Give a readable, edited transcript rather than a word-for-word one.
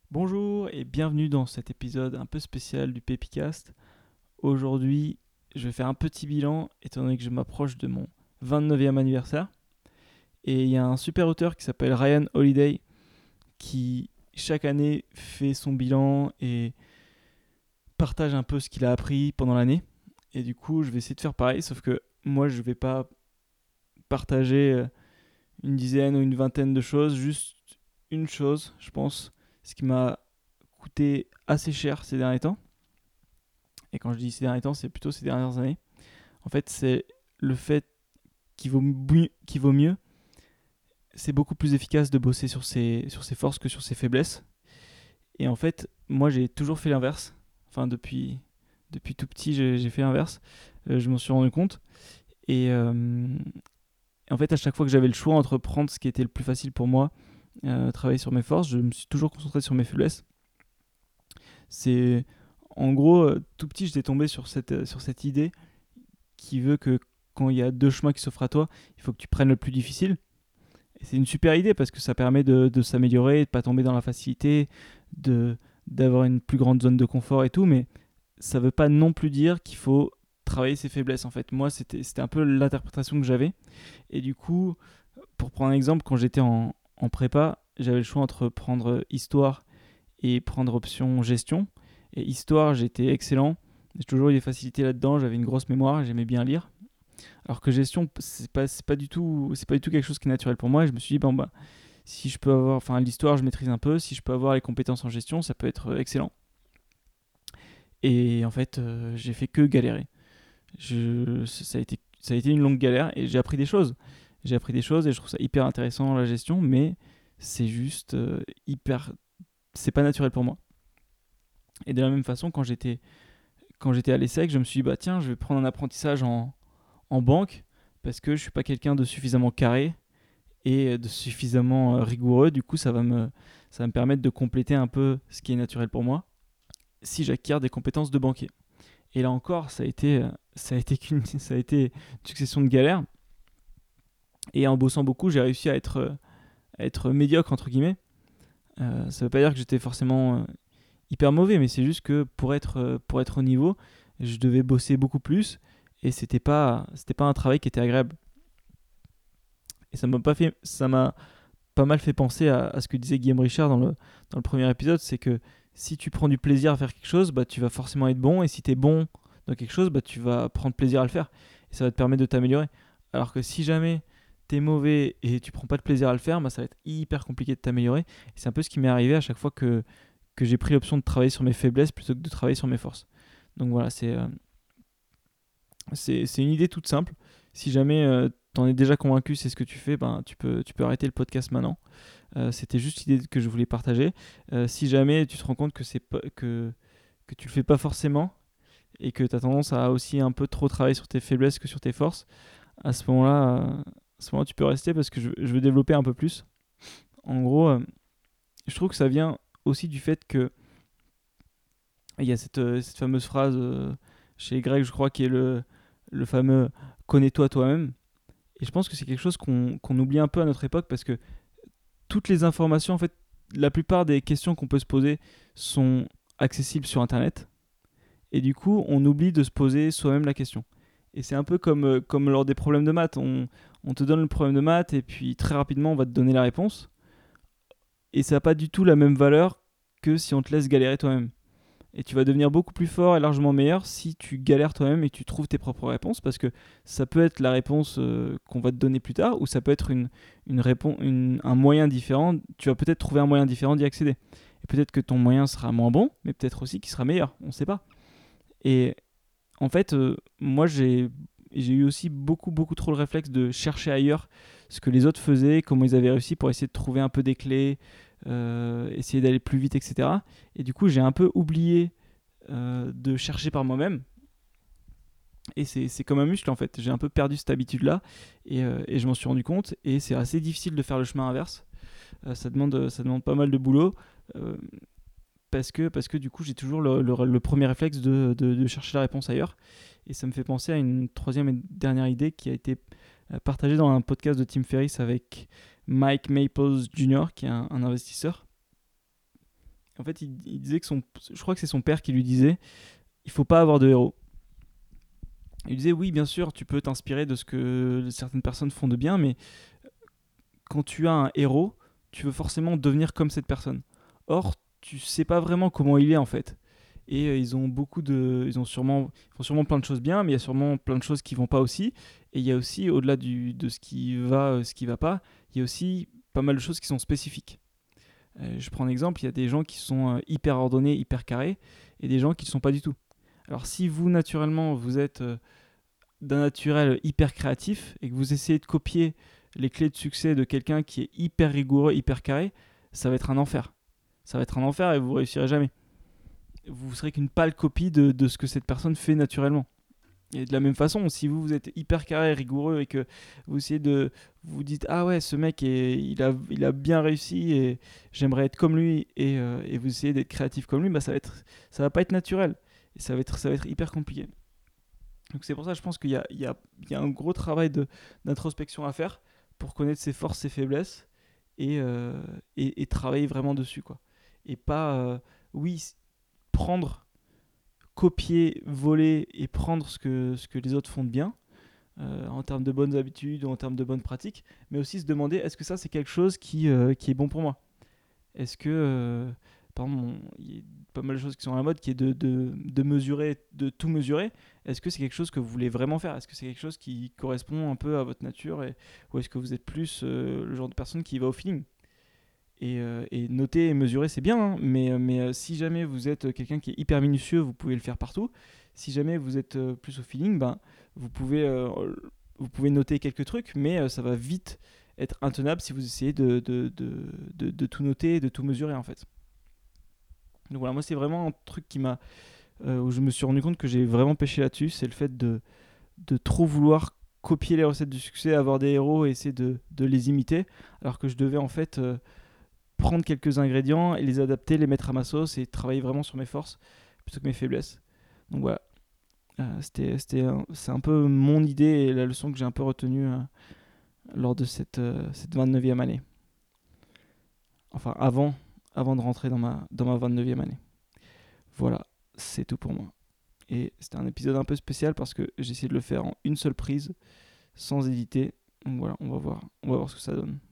Bonjour et bienvenue dans cet épisode un peu spécial du Pepicast. Aujourd'hui, je vais faire un petit bilan étant donné que je m'approche de mon 29e anniversaire. Et il y a un super auteur qui s'appelle Ryan Holiday qui chaque année fait son bilan et partage un peu ce qu'il a appris pendant l'année. Et du coup, je vais essayer de faire pareil, sauf que moi, je vais pas partager une dizaine ou une vingtaine de choses, juste une chose, je pense, ce qui m'a coûté assez cher ces derniers temps. Et quand je dis ces derniers temps, c'est plutôt ces dernières années. En fait, c'est le fait qu'il vaut mieux, c'est beaucoup plus efficace de bosser sur ses forces que sur ses faiblesses. Et en fait, moi, j'ai toujours fait l'inverse. Enfin, depuis tout petit, j'ai fait l'inverse. Je m'en suis rendu compte. Et, euh, et en fait, à chaque fois que j'avais le choix entre prendre ce qui était le plus facile pour moi, travailler sur mes forces, je me suis toujours concentré sur mes faiblesses. C'est en gros, tout petit, j'étais tombé sur cette idée qui veut que quand il y a deux chemins qui s'offrent à toi, il faut que tu prennes le plus difficile. Et c'est une super idée parce que ça permet de s'améliorer, de ne pas tomber dans la facilité, de, d'avoir une plus grande zone de confort et tout, mais ça ne veut pas non plus dire qu'il faut travailler ses faiblesses. En fait, moi, c'était un peu l'interprétation que j'avais. Et du coup, pour prendre un exemple, quand j'étais en prépa, j'avais le choix entre prendre histoire et prendre option gestion. Et histoire, j'étais excellent. J'ai toujours eu des facilités là-dedans, j'avais une grosse mémoire, j'aimais bien lire. Alors que gestion, c'est pas du tout quelque chose qui est naturel pour moi. Et je me suis dit, bon, bah, si je peux avoir, enfin, l'histoire, je maîtrise un peu. Si je peux avoir les compétences en gestion, ça peut être excellent. Et en fait, j'ai fait que galérer. Ça a été une longue galère et j'ai appris des choses. J'ai appris des choses et je trouve ça hyper intéressant la gestion, mais c'est juste hyper. C'est pas naturel pour moi. Et de la même façon, quand j'étais à l'ESSEC, je me suis dit, bah tiens, je vais prendre un apprentissage en banque parce que je suis pas quelqu'un de suffisamment carré et de suffisamment rigoureux. Du coup, ça va me permettre de compléter un peu ce qui est naturel pour moi si j'acquiers des compétences de banquier. Et là encore, ça a été une succession de galères. Et en bossant beaucoup, j'ai réussi à être médiocre, entre guillemets. Ça veut pas dire que j'étais forcément hyper mauvais, mais c'est juste que pour être au niveau, je devais bosser beaucoup plus. Et c'était pas un travail qui était agréable. Et ça m'a pas mal fait penser à ce que disait Guillaume Richard dans le premier épisode, c'est que si tu prends du plaisir à faire quelque chose, bah, tu vas forcément être bon, et si tu es bon dans quelque chose, bah, tu vas prendre plaisir à le faire, et ça va te permettre de t'améliorer. Alors que si jamais tu es mauvais et tu prends pas de plaisir à le faire, bah, ça va être hyper compliqué de t'améliorer. Et c'est un peu ce qui m'est arrivé à chaque fois que j'ai pris l'option de travailler sur mes faiblesses plutôt que de travailler sur mes forces. Donc voilà, c'est une idée toute simple. Si jamais t'en es déjà convaincu, c'est ce que tu fais, ben, tu peux arrêter le podcast maintenant. C'était juste l'idée que je voulais partager. Si jamais tu te rends compte que tu le fais pas forcément et que tu as tendance à aussi un peu trop travailler sur tes faiblesses que sur tes forces, à ce moment-là, tu peux rester parce que je veux développer un peu plus. En gros, je trouve que ça vient aussi du fait que il y a cette fameuse phrase chez les Grecs, je crois, qui est le fameux connais-toi toi-même. Et je pense que c'est quelque chose qu'on oublie un peu à notre époque parce que toutes les informations, en fait, la plupart des questions qu'on peut se poser sont accessibles sur Internet. Et du coup, on oublie de se poser soi-même la question. Et c'est un peu comme lors des problèmes de maths. On te donne le problème de maths et puis très rapidement, on va te donner la réponse. Et ça n'a pas du tout la même valeur que si on te laisse galérer toi-même. Et tu vas devenir beaucoup plus fort et largement meilleur si tu galères toi-même et que tu trouves tes propres réponses, parce que ça peut être la réponse qu'on va te donner plus tard, ou ça peut être un moyen différent. Tu vas peut-être trouver un moyen différent d'y accéder. Et peut-être que ton moyen sera moins bon, mais peut-être aussi qu'il sera meilleur, on ne sait pas. Et en fait, moi j'ai eu aussi beaucoup trop le réflexe de chercher ailleurs ce que les autres faisaient, comment ils avaient réussi pour essayer de trouver un peu des clés, essayer d'aller plus vite, etc. Et du coup, j'ai un peu oublié de chercher par moi-même. Et c'est comme un muscle en fait. J'ai un peu perdu cette habitude-là et je m'en suis rendu compte. Et c'est assez difficile de faire le chemin inverse. Ça demande pas mal de boulot. euh, parce que du coup, j'ai toujours le premier réflexe de chercher la réponse ailleurs. Et ça me fait penser à une troisième et dernière idée qui a été partagée dans un podcast de Tim Ferriss avec Mike Maples Jr., qui est un investisseur. En fait, il disait que je crois que c'est son père qui lui disait, il faut pas avoir de héros. Il disait, oui, bien sûr, tu peux t'inspirer de ce que certaines personnes font de bien, mais quand tu as un héros, tu veux forcément devenir comme cette personne. Or, tu sais pas vraiment comment il est en fait. Et ils font sûrement plein de choses bien, mais il y a sûrement plein de choses qui vont pas aussi. Et il y a aussi, au-delà de ce qui va pas, il y a aussi pas mal de choses qui sont spécifiques. Je prends un exemple, il y a des gens qui sont hyper ordonnés, hyper carrés, et des gens qui ne sont pas du tout. Alors si vous, naturellement, vous êtes d'un naturel hyper créatif, et que vous essayez de copier les clés de succès de quelqu'un qui est hyper rigoureux, hyper carré, ça va être un enfer. Ça va être un enfer et vous réussirez jamais. Vous serez qu'une pâle copie de ce que cette personne fait naturellement. Et de la même façon, si vous êtes hyper carré, rigoureux et que vous essayez de vous dites ah ouais ce mec il a bien réussi et j'aimerais être comme lui et vous essayez d'être créatif comme lui, bah ça va pas être naturel et ça va être hyper compliqué. Donc c'est pour ça que je pense qu'il y a un gros travail d'introspection à faire pour connaître ses forces, ses faiblesses et travailler vraiment dessus quoi. Et pas oui prendre copier, voler et prendre ce que les autres font de bien, en termes de bonnes habitudes ou en termes de bonnes pratiques, mais aussi se demander est-ce que ça c'est quelque chose qui est bon pour moi. Est-ce que, par exemple, il y a pas mal de choses qui sont à la mode qui est de mesurer, de tout mesurer. Est-ce que c'est quelque chose que vous voulez vraiment faire? Est-ce que c'est quelque chose qui correspond un peu à votre nature ou est-ce que vous êtes plus le genre de personne qui va au feeling? Et noter et mesurer, c'est bien, hein, mais si jamais vous êtes quelqu'un qui est hyper minutieux, vous pouvez le faire partout. Si jamais vous êtes plus au feeling, ben, vous, pouvez, euh, vous pouvez noter quelques trucs, mais ça va vite être intenable si vous essayez de tout noter et de tout mesurer en fait. Donc voilà, moi c'est vraiment un truc où je me suis rendu compte que j'ai vraiment pêché là-dessus, c'est le fait de trop vouloir copier les recettes du succès, avoir des héros et essayer de les imiter, alors que je devais en fait prendre quelques ingrédients et les adapter, les mettre à ma sauce et travailler vraiment sur mes forces plutôt que mes faiblesses. Donc voilà, c'est un peu mon idée et la leçon que j'ai un peu retenue lors de cette 29e année. Enfin, avant de rentrer dans ma 29e année. Voilà, c'est tout pour moi. Et c'était un épisode un peu spécial parce que j'ai essayé de le faire en une seule prise, sans éditer. Donc voilà, on va voir ce que ça donne.